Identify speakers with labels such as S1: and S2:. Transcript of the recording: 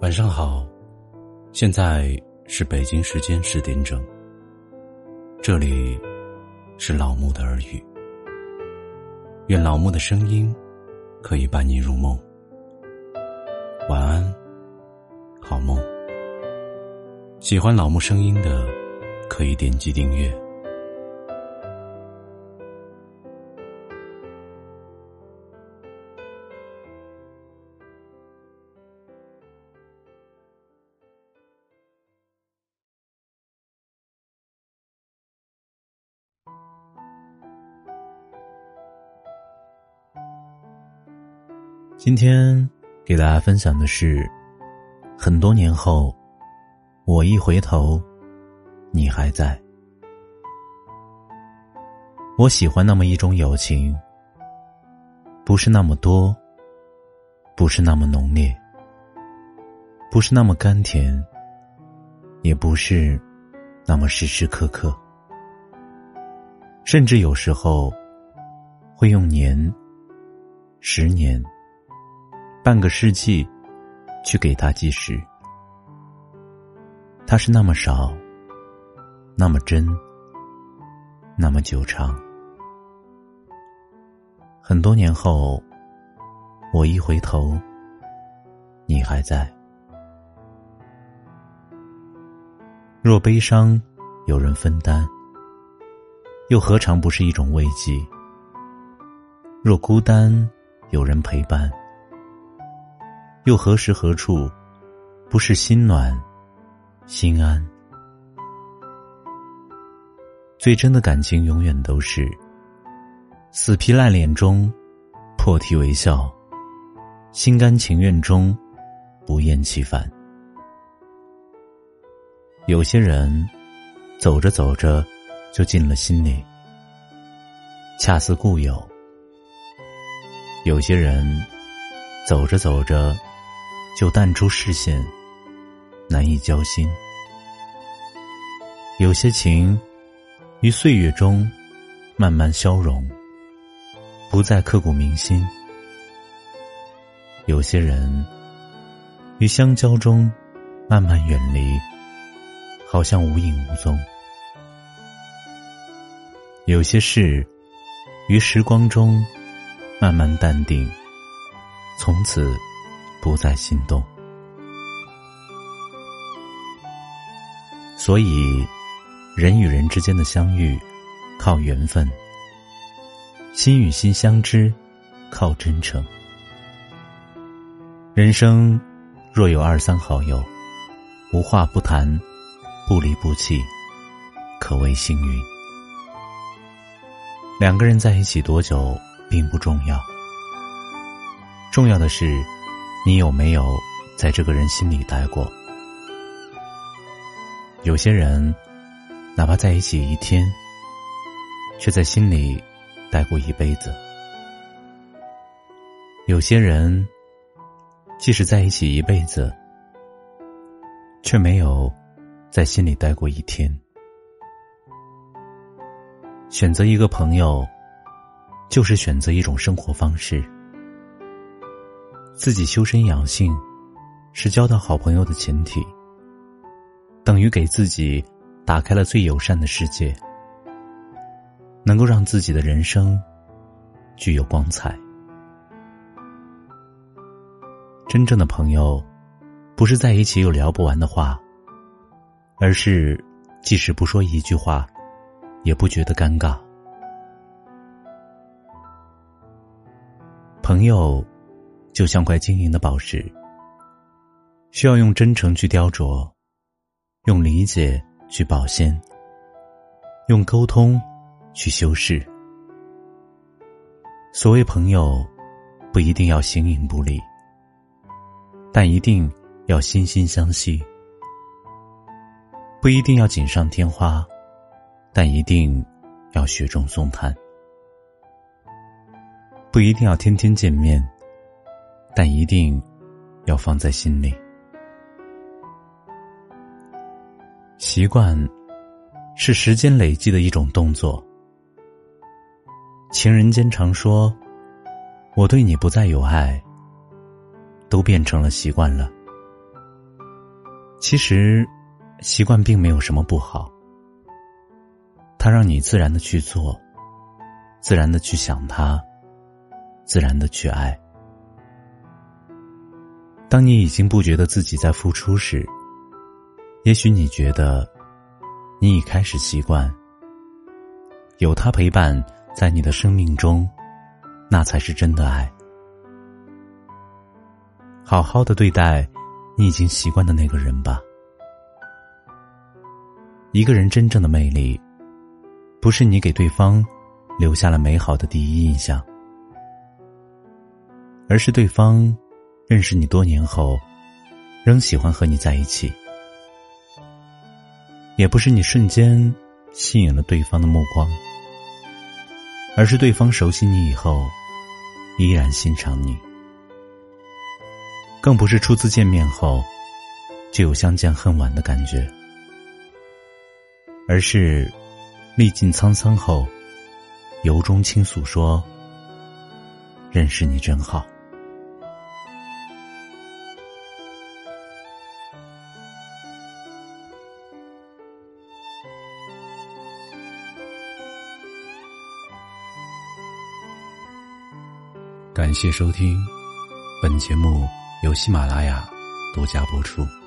S1: 晚上好，现在是北京时间10点整，这里是老木的耳语，愿老木的声音可以伴你入梦。晚安，好梦。喜欢老木声音的可以点击订阅。
S2: 今天给大家分享的是，很多年后，我一回头，你还在。我喜欢那么一种友情，不是那么多，不是那么浓烈，不是那么甘甜，也不是那么时时刻刻，甚至有时候会用年、10年、半个世纪去给它计时。它是那么少，那么真，那么久长。很多年后，我一回头，你还在。若悲伤有人分担，又何尝不是一种慰藉？若孤单有人陪伴，又何时何处不是心暖心安？最真的感情永远都是死皮赖脸中破涕为笑，心甘情愿中不厌其烦。有些人走着走着就进了心里，恰似故友；有些人走着走着就淡出视线，难以交心。有些情于岁月中慢慢消融，不再刻骨铭心。有些人于相交中慢慢远离，好像无影无踪。有些事于时光中慢慢淡定，从此不再心动。所以人与人之间的相遇靠缘分，心与心相知靠真诚。人生若有2、3好友，无话不谈，不离不弃，可谓幸运。2个人在一起多久并不重要，重要的是你有没有在这个人心里待过。有些人哪怕在一起1天，却在心里待过一辈子。有些人即使在一起一辈子，却没有在心里待过1天。选择一个朋友，就是选择一种生活方式。自己修身养性，是交到好朋友的前提，等于给自己打开了最友善的世界，能够让自己的人生具有光彩。真正的朋友，不是在一起有聊不完的话，而是即使不说一句话，也不觉得尴尬。朋友就像块晶莹的宝石，需要用真诚去雕琢，用理解去保鲜，用沟通去修饰。所谓朋友，不一定要形影不离，但一定要心心相惜；不一定要锦上添花，但一定要雪中送炭；不一定要天天见面，但一定要放在心里。习惯是时间累积的一种动作。情人间常说，我对你不再有爱，都变成了习惯了。 其实，习惯并没有什么不好，它让你自然的去做，自然的去想它，自然的去爱。当你已经不觉得自己在付出时，也许你觉得你已开始习惯，有他陪伴在你的生命中，那才是真的爱。好好的对待你已经习惯的那个人吧。一个人真正的魅力，不是你给对方留下了美好的第一印象，而是对方认识你多年后，仍喜欢和你在一起。也不是你瞬间吸引了对方的目光，而是对方熟悉你以后，依然欣赏你。更不是初次见面后，就有相见恨晚的感觉，而是历尽沧桑后，由衷倾诉说，认识你真好。
S1: 感谢收听，本节目由喜马拉雅独家播出。